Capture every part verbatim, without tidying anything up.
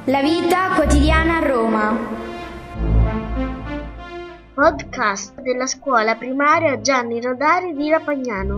La vita quotidiana a Roma. Podcast della scuola primaria Gianni Rodari di Rapagnano.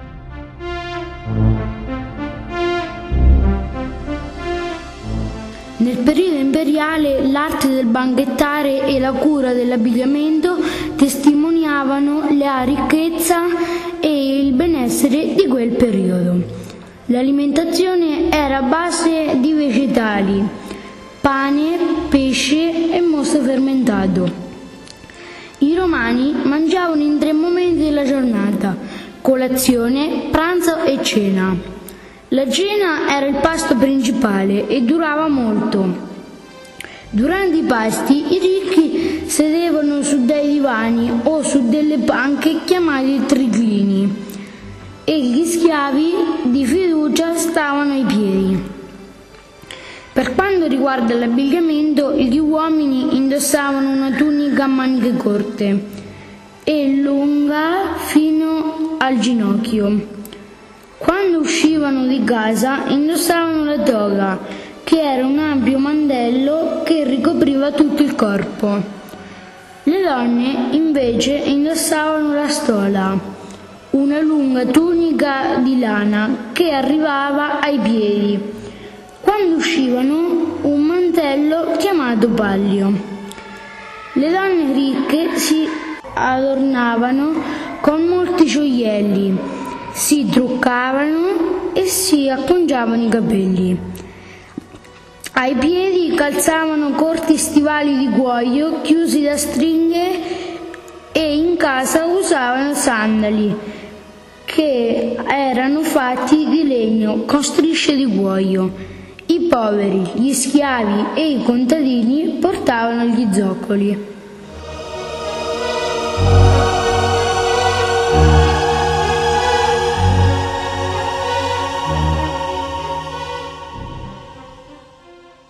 Nel periodo imperiale l'arte del banchettare e la cura dell'abbigliamento testimoniavano la ricchezza e il benessere di quel periodo. L'alimentazione era a base di vegetali, pane, pesce e mosto fermentato. I romani mangiavano in tre momenti della giornata: colazione, pranzo e cena. La cena era il pasto principale e durava molto. Durante i pasti i ricchi sedevano su dei divani o su delle panche chiamate triclini e gli schiavi di fiducia stavano ai piedi. Per quanto riguarda l'abbigliamento, gli uomini indossavano una tunica a maniche corte e lunga fino al ginocchio. Quando uscivano di casa indossavano la toga, che era un ampio mantello che ricopriva tutto il corpo. Le donne invece indossavano la stola, una lunga tunica di lana che arrivava ai piedi. Quando uscivano, un mantello chiamato pallio. Le donne ricche si adornavano con molti gioielli, si truccavano e si acconciavano i capelli. Ai piedi calzavano corti stivali di cuoio chiusi da stringhe e in casa usavano sandali che erano fatti di legno con strisce di cuoio. I poveri, gli schiavi e i contadini portavano gli zoccoli.